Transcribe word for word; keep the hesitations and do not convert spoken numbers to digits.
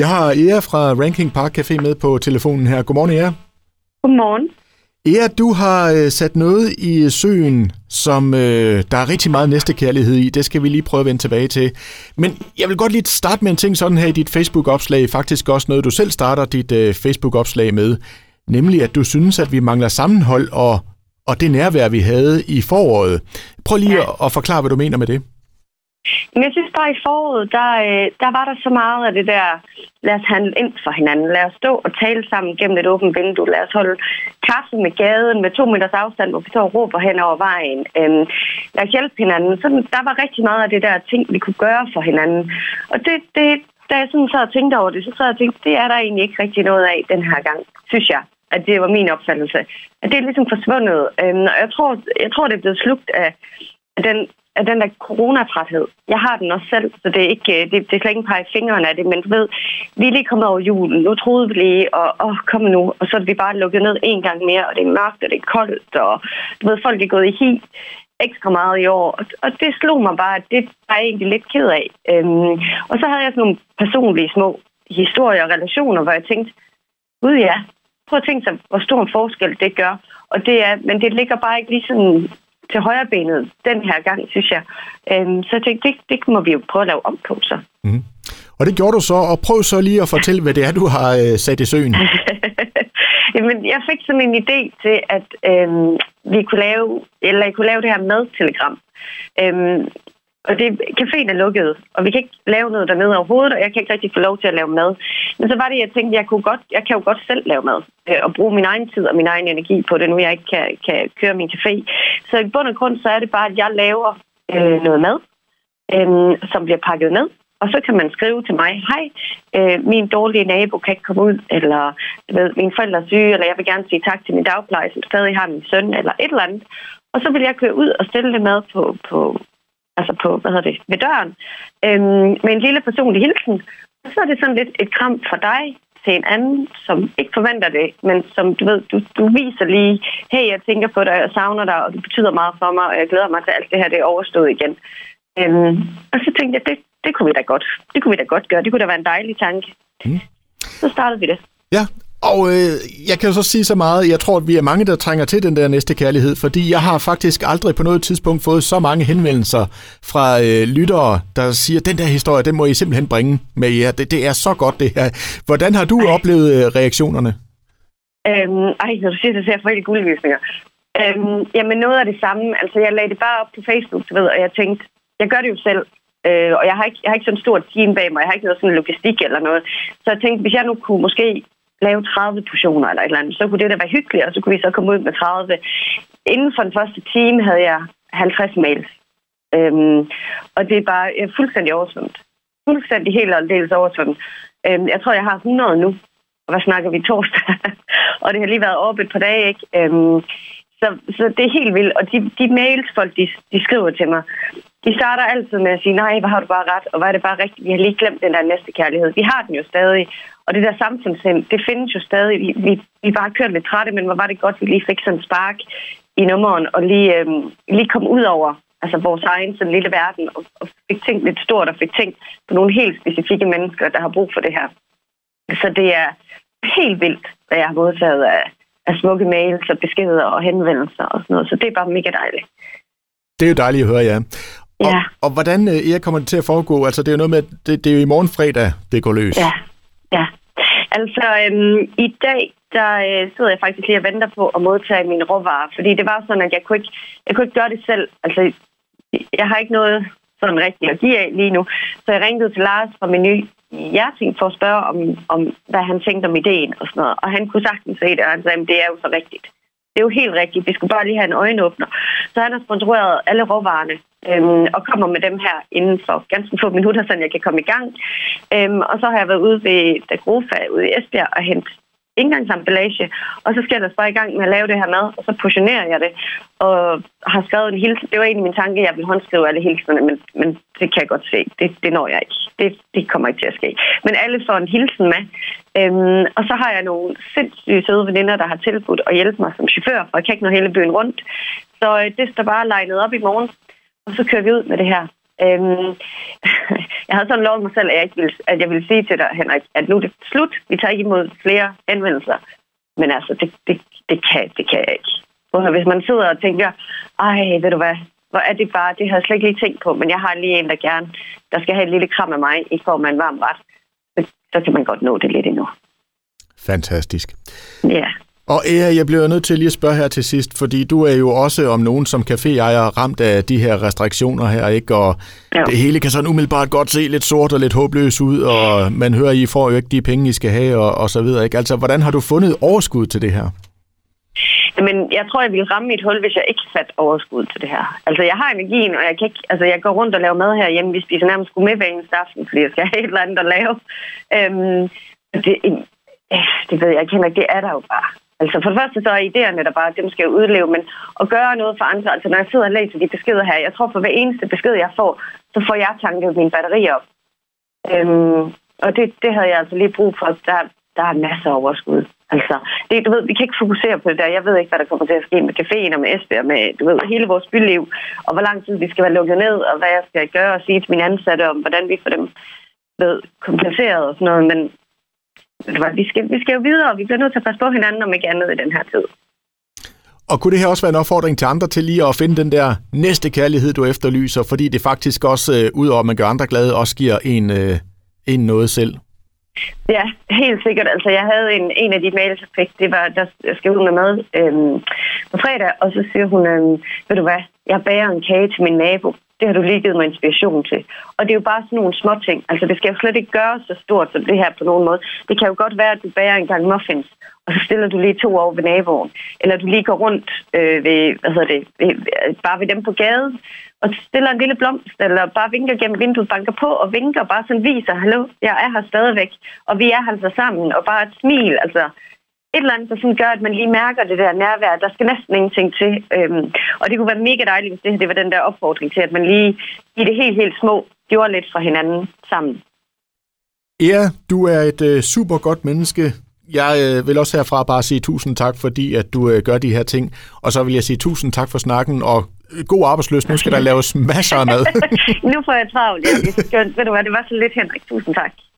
Jeg har Ea fra Ranking Park Café med på telefonen her. Godmorgen, Ea. Godmorgen. Ea, du har øh, sat noget i søen, som øh, der er rigtig meget næstekærlighed i. Det skal vi lige prøve at vende tilbage til. Men jeg vil godt lige starte med en ting sådan her i dit Facebook-opslag. Faktisk også noget, du selv starter dit øh, Facebook-opslag med. Nemlig, at du synes, at vi mangler sammenhold og, og det nærvær, vi havde i foråret. Prøv lige ja. at, at forklare, hvad du mener med det. Men jeg synes bare, i foråret, der, der var der så meget af det der, lad os handle ind for hinanden. Lad os stå og tale sammen gennem et åbent vindue. Lad os holde kaffe med gaden med to meters afstand, hvor vi står og råber hen over vejen. Øhm, lad os hjælpe hinanden. Så der var rigtig meget af det der ting, vi kunne gøre for hinanden. Og det, det, da jeg sådan så og tænkte over det, så så jeg tænkte, det er der egentlig ikke rigtig noget af den her gang, synes jeg. At det var min opfattelse. At det er ligesom forsvundet. Øhm, og jeg tror, jeg tror, det er blevet slugt af, af den af den der coronatræthed. Jeg har den også selv, så det er ikke det, det er slet ikke en pege i fingrene af det, men du ved, vi er lige kommet over julen, nu troede vi lige, og åh, kom nu, og så er vi bare lukket ned en gang mere, og det er mørkt, og det er koldt, og du ved, folk er gået i hi ekstra meget i år, og, og det slog mig bare, at det var jeg egentlig lidt ked af. Øhm, og så havde jeg sådan nogle personlige små historier og relationer, hvor jeg tænkte, gud ja, prøv at tænke sig, hvor stor en forskel det gør, og det er, men det ligger bare ikke lige sådan til højre benet den her gang, synes jeg. Øhm, så jeg tænkte, det, det må vi jo prøve at lave om på, så. Mm. Og det gjorde du så, og prøv så lige at fortælle, hvad det er, du har øh, sat i søen. Jamen, jeg fik sådan en idé til, at øhm, vi kunne lave, eller jeg kunne lave det her madtelegram. Øhm, og det, caféen er lukket, og vi kan ikke lave noget dernede overhovedet, og jeg kan ikke rigtig få lov til at lave mad. Men så var det, jeg tænkte, jeg kunne godt, jeg kan jo godt selv lave mad, øh, og bruge min egen tid og min egen energi på det, nu jeg ikke kan, kan køre min café. Så i bund og grund, så er det bare, at jeg laver øh, noget mad, øh, som bliver pakket ned, og så kan man skrive til mig, hej, øh, min dårlige nabo kan ikke komme ud, eller ved, mine forældre er syge, eller jeg vil gerne sige tak til min dagpleje, som stadig har min søn, eller et eller andet. Og så vil jeg køre ud og stille det mad på, på altså på, hvad hedder det, ved døren, øhm, med en lille personlig hilsen. Og så er det sådan lidt et kram fra dig til en anden, som ikke forventer det, men som du ved, du, du viser lige, hey, jeg tænker på dig, jeg savner dig, og det betyder meget for mig, og jeg glæder mig til alt det her, det er overstået igen. Øhm, og så tænkte jeg, det, det kunne vi da godt. Det kunne vi da godt gøre. Det kunne da være en dejlig tanke. Mm. Så startede vi det. Ja. Og øh, jeg kan jo så sige så meget, jeg tror, at vi er mange, der trænger til den der næste kærlighed, fordi jeg har faktisk aldrig på noget tidspunkt fået så mange henvendelser fra øh, lyttere, der siger, den der historie, den må I simpelthen bringe med jer. Det, det er så godt, det her. Hvordan har du oplevet øh, reaktionerne? Øhm, ej, når du siger det, så jeg får helt guldvisninger. Øhm, jamen, noget af det samme. Altså, jeg lagde det bare op på Facebook, du ved, og jeg tænkte, jeg gør det jo selv. Øh, og jeg har, ikke, jeg har ikke sådan et stort team bag mig, jeg har ikke noget sådan logistik eller noget. Så jeg tænkte, hvis jeg nu kunne måske lave tredive portioner eller et eller andet, så kunne det da være hyggeligt, og så kunne vi så komme ud med tredive. Inden for den første time havde jeg halvtreds mails. Øhm, og det er bare jeg er fuldstændig oversvømmet. Fuldstændig helt og dels oversvømmet. Øhm, jeg tror, jeg har hundrede nu. Og hvad snakker vi torsdag? Og det har lige været oppe et par dage, ikke? Øhm, så, så det er helt vildt. Og de, de mails, folk de, de skriver til mig, de starter altid med at sige, nej, hvor har du bare ret, og hvor er det bare rigtigt, vi har lige glemt den der næste kærlighed. Vi har den jo stadig, og det der samfundssind, det findes jo stadig. Vi, vi, vi bare kørt lidt trætte, men hvor var det godt, vi lige fik sådan en spark i nummeren, og lige, øhm, lige kom ud over altså vores egen sådan lille verden, og, og fik tænkt lidt stort, og fik tænkt på nogle helt specifikke mennesker, der har brug for det her. Så det er helt vildt, hvad jeg har modtaget af, af smukke mails og beskeder og henvendelser og sådan noget, så det er bare mega dejligt. Det er jo dejligt at høre, ja. Og, ja. og hvordan Ea kommer det til at foregå? Altså, det er jo noget med, det, det er jo i morgen fredag, det går løs. Ja, ja. Altså, øhm, i dag, der øh, sidder jeg faktisk lige og venter på at modtage mine råvarer, fordi det var sådan, at jeg kunne ikke, jeg kunne ikke gøre det selv. Altså, jeg har ikke noget sådan rigtigt at give af lige nu, så jeg ringede til Lars fra Meny i Hjerting for at spørge om, om, hvad han tænkte om ideen og sådan noget, og han kunne sagtens se det, og han sagde, at det er jo så rigtigt. Det er jo helt rigtigt. Vi skulle bare lige have en øjenåbner. Så han har sponsoreret alle råvarerne øhm, og kommer med dem her inden for ganske få minutter, så jeg kan komme i gang. Øhm, og så har jeg været ude ved Dagrofa ude i Esbjerg og hentet indgangsemballage, og så skal jeg da bare i gang med at lave det her mad, og så portionerer jeg det, og har skrevet en hilsen. Det var egentlig min tanke, at jeg ville håndskrive alle hilsene, men, men det kan jeg godt se. Det, det når jeg ikke. Det, det kommer ikke til at ske. Men alle får en hilsen med. Øhm, og så har jeg nogle sindssyge søde veninder, der har tilbudt at hjælpe mig som chauffør, for jeg kan ikke nå hele byen rundt. Så øh, det står bare legnet op i morgen, og så kører vi ud med det her. Øhm, jeg havde sådan lovet mig selv, at jeg, ikke ville, at jeg ville sige til dig, Henrik, at nu er det slut. Vi tager ikke imod flere henvendelser. Men altså, det, det, det, kan, det kan jeg ikke. Hvis man sidder og tænker, ej, ved du hvad, hvor er det bare, det har jeg slet ikke lige tænkt på, men jeg har lige en, der gerne, der skal have et lille kram af mig i form af en varm ret. Så, så kan man godt nå det lidt endnu. Fantastisk. Ja. Og Ea, jeg bliver nødt til lige at spørge her til sidst, fordi du er jo også om nogen som caféejer ramt af de her restriktioner her, ikke? Og jo. Det hele kan sådan umiddelbart godt se lidt sort og lidt håbløs ud, og man hører, I får jo ikke de penge, I skal have, og, og så videre, ikke? Altså, hvordan har du fundet overskud til det her? Men jeg tror, jeg ville ramme mit hul, hvis jeg ikke fandt overskud til det her. Altså, jeg har energien, og jeg kan ikke, altså, jeg går rundt og laver mad herhjemme. Vi spiser nærmest god med hver eneste aften, fordi jeg skal have et eller andet at lave. Øhm, det, det ved jeg ikke, det er der jo bare. Altså, for det første så er idéerne der bare, at dem skal jeg udleve, men at gøre noget for andre. Altså, når jeg sidder og læser de beskeder her, jeg tror, for hver eneste besked, jeg får, så får jeg tanket mine batterier op. Øhm, og det, det havde jeg altså lige brug for. Der, der er masser af overskud. Altså, det, du ved, vi kan ikke fokusere på det der. Jeg ved ikke, hvad der kommer til at ske med caféen og med Esbjerg, med, du ved, hele vores byliv, og hvor lang tid vi skal være lukket ned, og hvad jeg skal gøre og sige til mine ansatte om, hvordan vi får dem ved, kompenseret og sådan noget. Men vi skal, vi skal jo videre, og vi bliver nødt til at passe på hinanden, om ikke andet i den her tid. Og kunne det her også være en opfordring til andre til lige at finde den der næste kærlighed, du efterlyser, fordi det faktisk også, øh, udover at man gør andre glade, også giver en, øh, en noget selv? Ja, helt sikkert. Altså, jeg havde en, en af de mails, jeg fik, det var, der skrev hun med mad øhm, på fredag, og så siger hun, øhm, ved du hvad, jeg bager en kage til min nabo. Det har du lige givet mig inspiration til. Og det er jo bare sådan nogle små ting. Altså, det skal jo slet ikke gøres så stort som det her på nogen måde. Det kan jo godt være, at du bager en gang muffins, og så stiller du lige to over ved naboen. Eller du lige går rundt øh, ved, hvad hedder det, ved, bare ved dem på gaden, og stiller en lille blomst, eller bare vinker gennem vinduet, banker på og vinker, bare sådan viser, hallo, jeg er her stadigvæk, og vi er altså sammen, og bare et smil, altså et eller andet, der sådan gør, at man lige mærker det der nærvær. Der skal næsten ingenting til, øhm, og det kunne være mega dejligt, hvis det, det var den der opfordring til, at man lige i det helt, helt små gjorde lidt fra hinanden sammen. Ja, du er et øh, super godt menneske. Jeg øh, vil også herfra bare sige tusind tak, fordi at du øh, gør de her ting, og så vil jeg sige tusind tak for snakken, og god arbejdsløs. Nu skal der laves masser af mad. Nu får jeg travlt. Ja. Ved du hvad, det var så lidt, Henrik. Tusind tak.